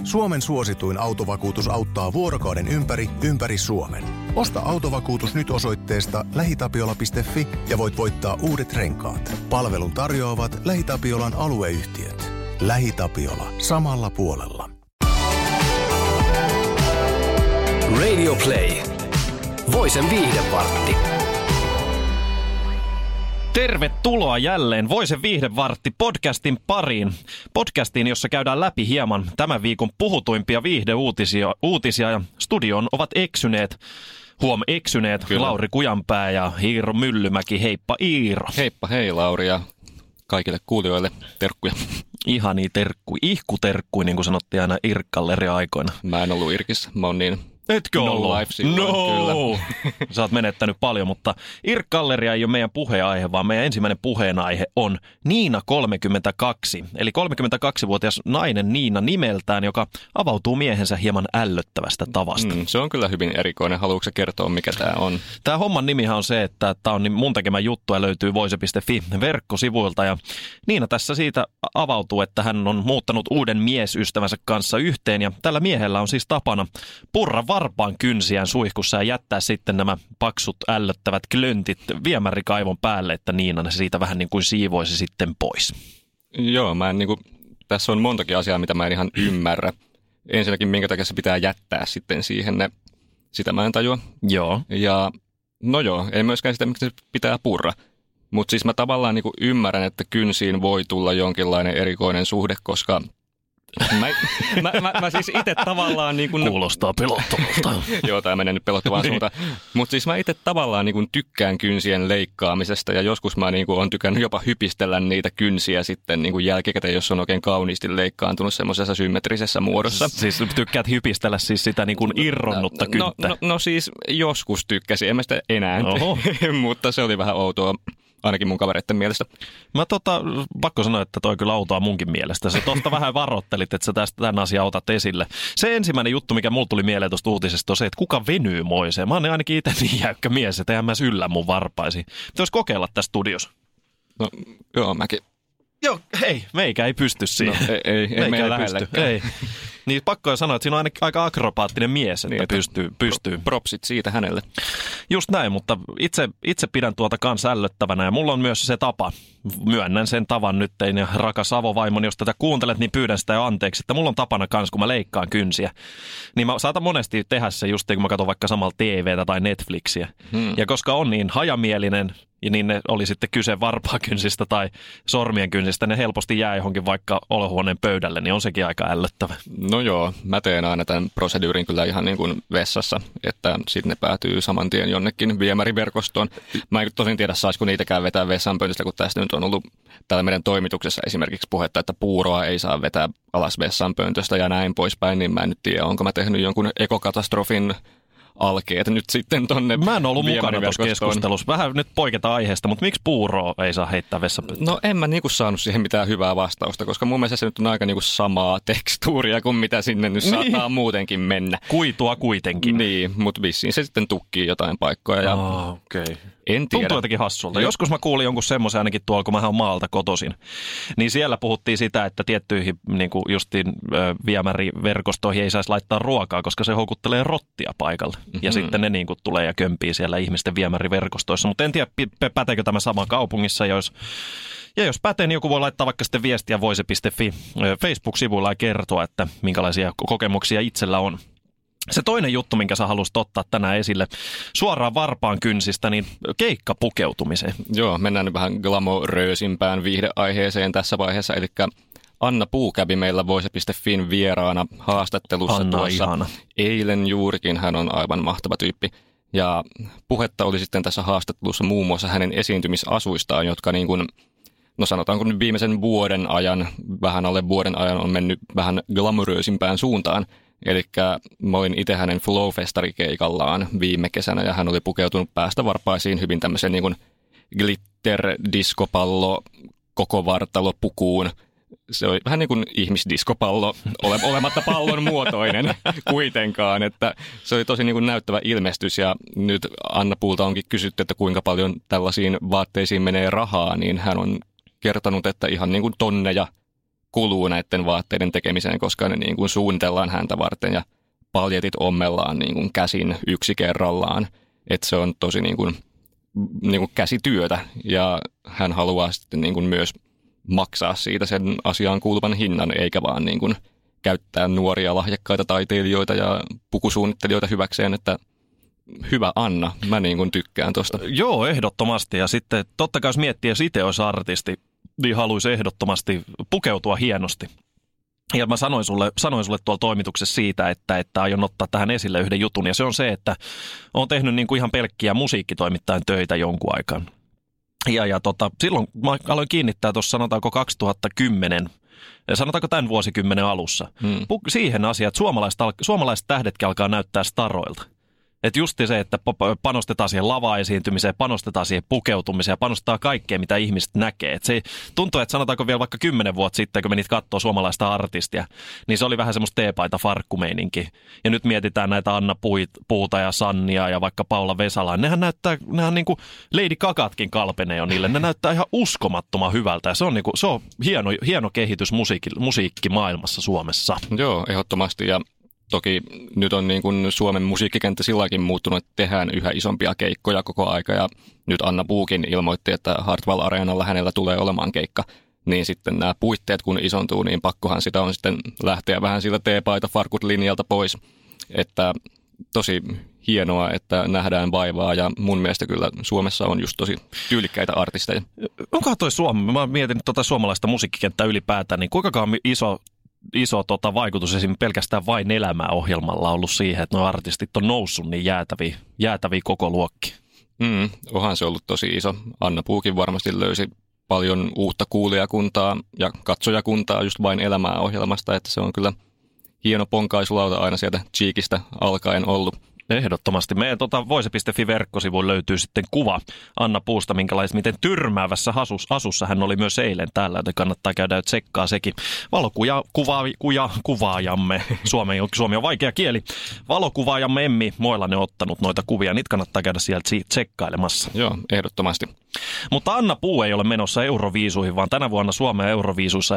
Suomen suosituin autovakuutus auttaa vuorokauden ympäri Suomen. Osta autovakuutus nyt osoitteesta lähitapiola.fi ja voit voittaa uudet renkaat. Palvelun tarjoavat LähiTapiolan alueyhtiöt. LähiTapiola. Samalla puolella. Radio Play. Voisen viihdevartti. Tervetuloa jälleen Voisen viihdevartti podcastin pariin. Podcastiin, jossa käydään läpi hieman tämän viikon puhutuimpia viihdeuutisia ja studioon ovat eksyneet. Kyllä. Lauri Kujanpää ja Iiro Myllymäki. Heippa Iiro. Heippa hei Lauri ja kaikille kuulijoille terkkuja. Ihania terkkuja, ihkuterkkuja niin kuin sanottiin aina Irkkalleria aikoina. Mä en ollut Irkissä, mä oon niin... Etkö ollut? Kyllä. Sä oot menettänyt paljon, mutta Irkkalleria ei ole meidän puheenaihe, vaan meidän ensimmäinen puheenaihe on Niina 32. Eli 32-vuotias nainen Niina nimeltään, joka avautuu miehensä hieman ällöttävästä tavasta. Se on kyllä hyvin erikoinen. Haluatko kertoa, mikä tämä on? Tämä homman nimihän on se, että tämä on mun tekemä juttu ja löytyy voise.fi verkkosivuilta. Ja Niina tässä siitä avautuu, että hän on muuttanut uuden miesystävänsä kanssa yhteen. Ja tällä miehellä on siis tapana purra varpaan kynsiään suihkussa ja jättää sitten nämä paksut ällöttävät klöntit viemärikaivon päälle, että Niina ne siitä vähän niin kuin siivoisi sitten pois. Joo, tässä on montakin asiaa, mitä mä en ihan ymmärrä. Ensinnäkin, minkä takia se pitää jättää sitten siihen sitä mä en tajua. Joo. Ja ei myöskään sitä, miksi se pitää purra. Mutta siis mä tavallaan niin kuin ymmärrän, että kynsiin voi tulla jonkinlainen erikoinen suhde, koska Mä siis itse tavallaan niin kuin... Kuulostaa pelottavalta. Joo, tämä menee nyt pelottavaan suuntaan. Mutta siis mä itse tavallaan niin kuin tykkään kynsien leikkaamisesta ja joskus mä niin kuin on tykännyt jopa hypistellä niitä kynsiä sitten niin kuin jälkikäteen, jos on oikein kauniisti leikkaantunut semmoisessa symmetrisessä muodossa. Siis tykkäät hypistellä siis sitä niin kuin irronnutta kynttä? No siis joskus tykkäsin, en mä sitä enää mutta se oli vähän outoa. Ainakin mun kavereiden mielestä. Mä pakko sanoa, että toi kyllä autoa munkin mielestä. Sä tuosta vähän varoittelit, että sä tämän asian otat esille. Se ensimmäinen juttu, mikä mulla tuli mieleen tuosta uutisesta, on se, että kuka venyy moiseen. Mä oon ainakin itse niin jäykkä mies, että eihän mä yllä mun varpaisiin. Pitäis kokeilla tässä studiossa. No, joo, mäkin. Joo, hei, meikä ei pysty siihen. No, ei meidän lähellekään. Ei. Niin pakko sanoa, että siinä on aika akrobaattinen mies, että niin, pystyy. Propsit siitä hänelle. Just näin, mutta itse pidän tuota kanssa ällöttävänä ja mulla on myös se tapa. Myönnän sen tavan nyt, ja rakas avovaimoni, jos tätä kuuntelet, niin pyydän sitä jo anteeksi, että mulla on tapana kanssa, kun mä leikkaan kynsiä. Niin mä saatan monesti tehdä se just, kun mä katson vaikka samalla TVtä tai Netflixiä. Ja koska on niin hajamielinen, ja niin ne oli sitten kyse varpaakynsistä tai sormien kynsistä, ne helposti jää johonkin vaikka olohuoneen pöydälle, niin on sekin aika ällöttävä. No joo, mä teen aina tämän proseduurin kyllä ihan niin kuin vessassa, että sitten ne päätyy saman tien jonnekin viemäriverkostoon. Mä en tosin tiedä, saisiko niitäkään vetää vessanpöntistä, kun tästä nyt on ollut täällä meidän toimituksessa esimerkiksi puhetta, että puuroa ei saa vetää alas vessanpöntöstä ja näin poispäin, niin mä en nyt tiedä, onko mä tehnyt jonkun ekokatastrofin alkeet nyt sitten tonne. Mä en ollut mukana tuossa keskustelussa. Vähän nyt poiketaan aiheesta, mutta miksi puuroa ei saa heittää vessapönttöön? No en mä niinku saanut siihen mitään hyvää vastausta, koska mun mielestä se nyt on aika niinku samaa tekstuuria kuin mitä sinne nyt saattaa muutenkin mennä. Kuitua kuitenkin. Niin, mutta vissiin se sitten tukkii jotain paikkoja. Ja okei. En tiedä. Tuntuu jotenkin hassulta. Joskus mä kuulin jonkun semmoisen ainakin tuolla, kun mä oon maalta kotoisin. Niin siellä puhuttiin sitä, että tiettyihin niin kuin justiin viemäriverkostoihin ei saisi laittaa ruokaa, koska se houkuttelee rottia paikalle. Ja sitten ne niin kuin tulee ja kömpii siellä ihmisten viemäriverkostoissa. Mutta en tiedä, päteekö tämä sama kaupungissa. Jos pätee, niin joku voi laittaa vaikka sitten viestiä voise.fi Facebook-sivuilla ja kertoa, että minkälaisia kokemuksia itsellä on. Se toinen juttu, minkä sä halusit ottaa tänään esille, suoraan varpaan kynsistä, niin keikkapukeutumiseen. Joo, mennään nyt vähän glamoröösimpään viihdeaiheeseen tässä vaiheessa, eli Anna Puu kävi meillä voise.fin vieraana haastattelussa tuossa eilen juurikin. Hän on aivan mahtava tyyppi. Ja puhetta oli sitten tässä haastattelussa muun muassa hänen esiintymisasuistaan, jotka niin kuin, no sanotaanko nyt viimeisen vuoden ajan, vähän alle vuoden ajan on mennyt vähän glamoröösimpään suuntaan. Eli mä olin itse hänen Flow-festarikeikallaan viime kesänä ja hän oli pukeutunut päästä varpaisiin hyvin tämmöisen niin kuin glitter-diskopallo, koko vartalo pukuun. Se oli vähän niin kuin ihmisdiskopallo, olematta pallon muotoinen kuitenkaan, että se oli tosi niin kuin näyttävä ilmestys ja nyt Anna Puulta onkin kysytty, että kuinka paljon tällaisiin vaatteisiin menee rahaa, niin hän on kertonut, että ihan niin kuin tonneja kuluu näiden vaatteiden tekemiseen, koska ne niin kuin suunnitellaan häntä varten ja paljetit ommellaan niin kuin käsin yksi kerrallaan. Että se on tosi niin kuin käsityötä ja hän haluaa sitten niin kuin myös maksaa siitä sen asiaan kuuluvan hinnan, eikä vaan niin kuin käyttää nuoria lahjakkaita taiteilijoita ja pukusuunnittelijoita hyväkseen, että hyvä Anna, mä niin kuin tykkään tosta. Joo, ehdottomasti. Ja sitten totta kai jos miettii, jos itse olisi artisti, niin haluaisi ehdottomasti pukeutua hienosti. Ja mä sanoin sulle tuolla toimituksessa siitä, että aion ottaa tähän esille yhden jutun. Ja se on se, että olen tehnyt niin kuin ihan pelkkiä musiikkitoimittajan töitä jonkun aikaan. Ja silloin mä aloin kiinnittää tuossa sanotaanko 2010, sanotaanko tämän vuosikymmenen alussa, siihen asiaan, että suomalaiset tähdetkin alkaa näyttää staroilta. Että justi se, että panostetaan siihen lava-esiintymiseen, panostetaan siihen pukeutumiseen ja panostetaan kaikkeen, mitä ihmiset näkee. Et se tuntuu, että sanotaanko vielä vaikka 10 vuotta sitten, kun menit katsoo suomalaista artistia, niin se oli vähän semmoista teepaita-farkkumeininki. Ja nyt mietitään näitä Anna Puuta ja Sannia ja vaikka Paula Vesalaa. Nehän niin kuin Lady Gagatkin kalpenee jo niille. Ne näyttää ihan uskomattoman hyvältä ja se on hieno kehitys musiikkimaailmassa Suomessa. Joo, ehdottomasti ja toki nyt on niin kuin Suomen musiikkikenttä silläkin muuttunut, että tehdään yhä isompia keikkoja koko aika ja nyt Anna Puukin ilmoitti, että Hartwall Areenalla hänellä tulee olemaan keikka. Niin sitten nämä puitteet kun isontuu, niin pakkohan sitä on sitten lähteä vähän sillä teepaita farkut linjalta pois. Että tosi hienoa, että nähdään vaivaa ja mun mielestä kyllä Suomessa on just tosi tyylikkäitä artisteja. Onkohan toi Suomi, mä mietin suomalaista musiikkikenttää ylipäätään, niin kuinka iso vaikutus esimerkiksi pelkästään Vain elämää -ohjelmalla ollut siihen, että nuo artistit on noussut niin jäätäviä koko luokki. Onhan se ollut tosi iso. Anna Puukin varmasti löysi paljon uutta kuulijakuntaa ja katsojakuntaa just Vain elämää -ohjelmasta, että se on kyllä hieno ponkaisulauta aina sieltä Cheekistä alkaen ollut. Ehdottomasti. Meidän voise.fi-verkkosivuilla löytyy sitten kuva Anna Puusta, miten tyrmäävässä asussa hän oli myös eilen täällä, joten kannattaa käydä tsekkaa sekin. Valokuvaajamme, Suomi on vaikea kieli, valokuvaajamme Emmi Moilanen on ottanut noita kuvia, niitä kannattaa käydä sieltä tsekkailemassa. Joo, ehdottomasti. Mutta Anna Puu ei ole menossa Euroviisuihin, vaan tänä vuonna Suomea Euroviisuissa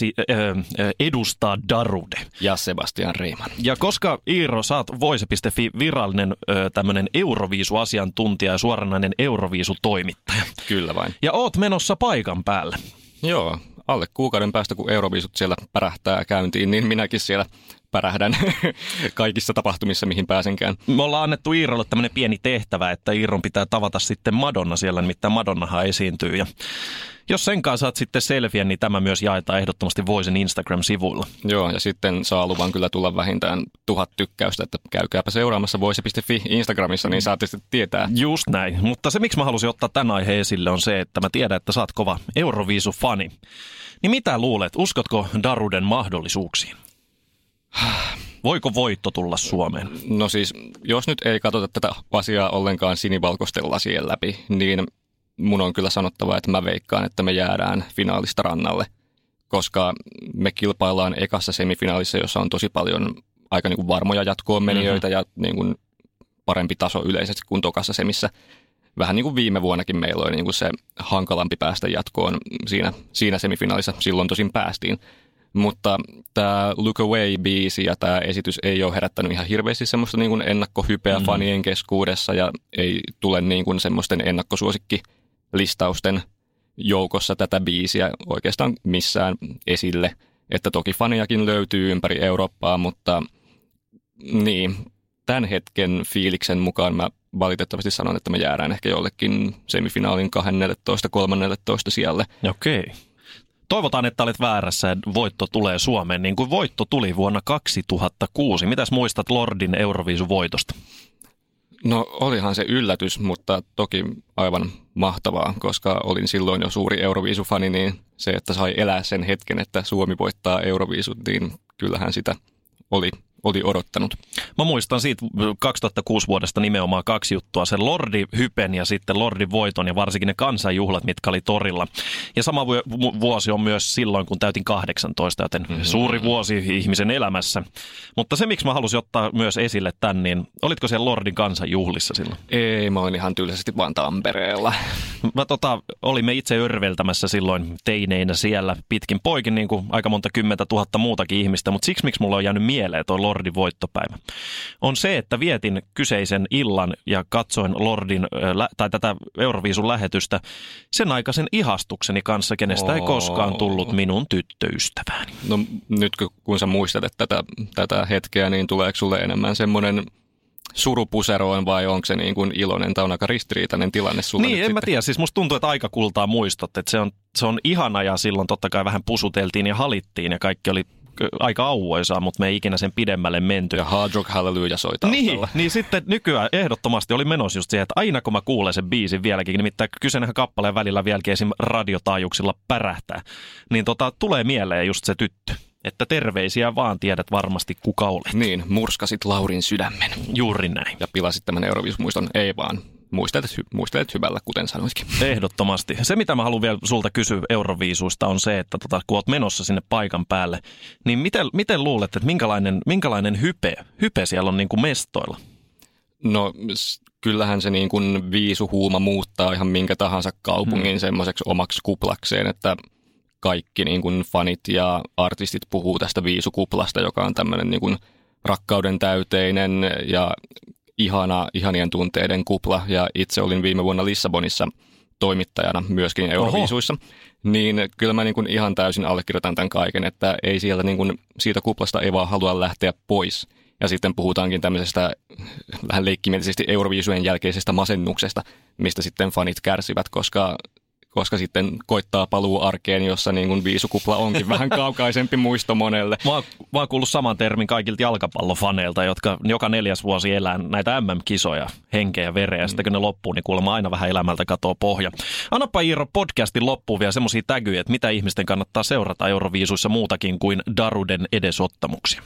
edustaa Darude. Ja Sebastian Reiman. Ja koska Iiro, sä oot voise.fi virallinen tämmöinen Euroviisu-asiantuntija ja suoranainen Euroviisu-toimittaja. Kyllä vain. Ja oot menossa paikan päälle. Joo, alle kuukauden päästä kun Euroviisut siellä pärähtää käyntiin, niin minäkin siellä pärähdän kaikissa tapahtumissa, mihin pääsenkään. Me ollaan annettu Iirolle tämmöinen pieni tehtävä, että Iiron pitää tavata sitten Madonna siellä, nimittäin Madonnahan esiintyy. Ja jos sen kanssa saat sitten selviä, niin tämä myös jaetaan ehdottomasti Voicen Instagram-sivuilla. Joo, ja sitten saa luvan kyllä tulla vähintään 1000 tykkäystä, että käykääpä seuraamassa voice.fi Instagramissa, niin saatte sitten tietää. Just näin, mutta se miksi mä halusin ottaa tämän aiheen esille on se, että mä tiedän, että sä oot kova Euroviisu-fani. Niin mitä luulet, uskotko Daruden mahdollisuuksiin? Voiko voitto tulla Suomeen? No siis, jos nyt ei katsota tätä asiaa ollenkaan sinivalkoisten lasien läpi, niin mun on kyllä sanottava, että mä veikkaan, että me jäädään finaalista rannalle, koska me kilpaillaan ekassa semifinaalissa, jossa on tosi paljon aika niin kuin varmoja jatkoon menijöitä ja niin kuin parempi taso yleisesti kuin tokassa semissä. Vähän niin kuin viime vuonnakin meillä oli niin kuin se hankalampi päästä jatkoon siinä semifinaalissa, silloin tosin päästiin. Mutta tämä Look Away-biisi ja tämä esitys ei ole herättänyt ihan hirveästi semmoista niin kuin ennakkohypeä fanien keskuudessa ja ei tule niin kuin semmoisten ennakkosuosikkilistausten joukossa tätä biisiä oikeastaan missään esille. Että toki faniakin löytyy ympäri Eurooppaa, mutta niin, tämän hetken fiiliksen mukaan mä valitettavasti sanon, että me jäädään ehkä jollekin semifinaalin 12-13 sijalle. Okei. Toivotaan, että olet väärässä ja voitto tulee Suomeen, niin kuin voitto tuli vuonna 2006. Mitäs muistat Lordin Euroviisu-voitosta? No olihan se yllätys, mutta toki aivan mahtavaa, koska olin silloin jo suuri Euroviisu-fani, niin se, että sai elää sen hetken, että Suomi voittaa Euroviisut, niin kyllähän sitä oli oli odottanut? Mä muistan siitä 2006 vuodesta nimenomaan 2 juttua. Se Lordi-hypen ja sitten Lordi-voiton ja varsinkin ne kansanjuhlat, mitkä oli torilla. Ja sama vuosi on myös silloin, kun täytin 18, joten suuri vuosi ihmisen elämässä. Mutta se, miksi mä halusin ottaa myös esille tän, niin olitko siellä Lordin kansanjuhlissa silloin? Ei, mä olin ihan tylsästi vaan Tampereella. Olimme itse örveltämässä silloin teineinä siellä pitkin poikin, niin kuin aika monta 10 000 muutakin ihmistä. Mutta siksi, miksi mulla on jäänyt mieleen toi Lordin voittopäivä, on se, että vietin kyseisen illan ja katsoin Lordin tai tätä Euroviisun lähetystä sen aikaisen ihastukseni kanssa, kenestä ei koskaan tullut minun tyttöystävääni. No nyt kun sä muistat tätä hetkeä, niin tuleeko sulle enemmän semmoinen surupuseroon vai onko se niin kuin iloinen tai on aika ristiriitainen tilanne sulle? Niin, en mä tiedä. Siis musta tuntuu, että aika kultaa muistot, että se on ihana ja silloin totta kai vähän pusuteltiin ja halittiin ja kaikki oli aika auvoisaa, mutta me ei ikinä sen pidemmälle menty. Ja Hard Rock Hallelujah soi taustalla. Niin sitten nykyään ehdottomasti oli menossa just siihen, että aina kun mä kuulen sen biisin vieläkin, nimittäin kyseinähän kappaleen välillä vieläkin esim. Radiotaajuuksilla pärähtää, niin tulee mieleen just se tyttö. Että terveisiä vaan, tiedät varmasti kuka olet. Niin, murskasit Laurin sydämen. Juuri näin. Ja pilasit tämän Euroviisun-muiston, ei vaan. Muistelet hyvällä, kuten sanoitkin. Ehdottomasti. Se, mitä mä haluan vielä sulta kysyä Euroviisuista, on se, että kun oot menossa sinne paikan päälle, niin miten luulet, että minkälainen hype siellä on niin kuin mestoilla? No kyllähän se niin kuin viisuhuuma muuttaa ihan minkä tahansa kaupungin semmoiseksi omaksi kuplakseen, että kaikki niin kuin fanit ja artistit puhuu tästä viisukuplasta, joka on tämmöinen niin kuin rakkauden täyteinen ja ihanien tunteiden kupla. Ja itse olin viime vuonna Lissabonissa toimittajana myöskin Euroviisuissa. Niin kyllä mä niin kuin ihan täysin allekirjoitan tämän kaiken, että ei siellä niin kuin siitä kuplasta ei vaan halua lähteä pois. Ja sitten puhutaankin tämmöisestä vähän leikkimielisesti Euroviisujen jälkeisestä masennuksesta, mistä sitten fanit kärsivät, koska sitten koittaa paluu arkeen, jossa niin kuin viisukupla onkin vähän kaukaisempi muisto monelle. Mä oon kuullut saman termin kaikilta jalkapallofaneilta, jotka joka 4. vuosi elää näitä MM-kisoja henkeä ja vereä. Ja sitten kun ne loppuu, niin kuulemma aina vähän elämältä katoo pohja. Annapa Iiro podcastin loppuun vielä semmosia tägyjä, että mitä ihmisten kannattaa seurata Euroviisuissa muutakin kuin Daruden edesottamuksia.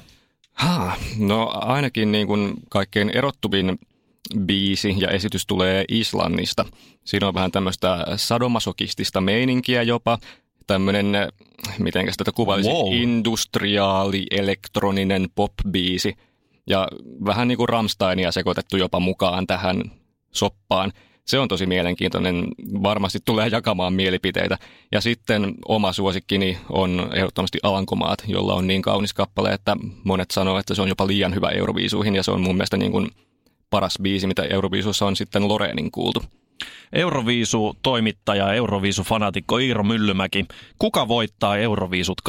No ainakin niin kuin kaikkein erottuvin biisi ja esitys tulee Islannista. Siinä on vähän tämmöistä sadomasokistista meininkiä jopa. Tämmöinen, mitenkäs tätä kuvailisi, industriaali, elektroninen pop-biisi. Ja vähän niin kuin Rammsteinia sekoitettu jopa mukaan tähän soppaan. Se on tosi mielenkiintoinen. Varmasti tulee jakamaan mielipiteitä. Ja sitten oma suosikkini on ehdottomasti Alankomaat, jolla on niin kaunis kappale, että monet sanoo, että se on jopa liian hyvä Euroviisuihin. Ja se on mun mielestä niin kuin paras biisi, mitä Euroviisussa on sitten Loreenin kuultu. Euroviisu-toimittaja, Euroviisu-fanatikko Iiro Myllymäki. Kuka voittaa Euroviisut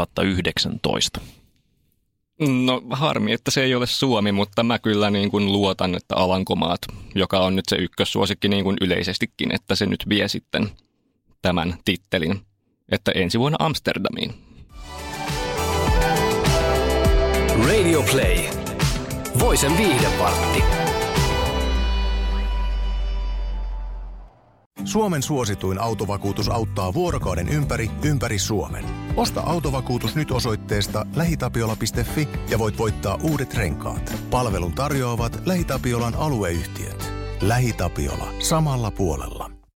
2019? No harmi, että se ei ole Suomi, mutta mä kyllä niin kuin luotan, että Alankomaat, joka on nyt se ykkössuosikki niin kuin yleisestikin, että se nyt vie sitten tämän tittelin, että ensi vuonna Amsterdamiin. Radio Play. Voisen viihdevartti. Suomen suosituin autovakuutus auttaa vuorokauden ympäri Suomen. Osta autovakuutus nyt osoitteesta lähitapiola.fi ja voit voittaa uudet renkaat. Palvelun tarjoavat LähiTapiolan alueyhtiöt. LähiTapiola. Samalla puolella.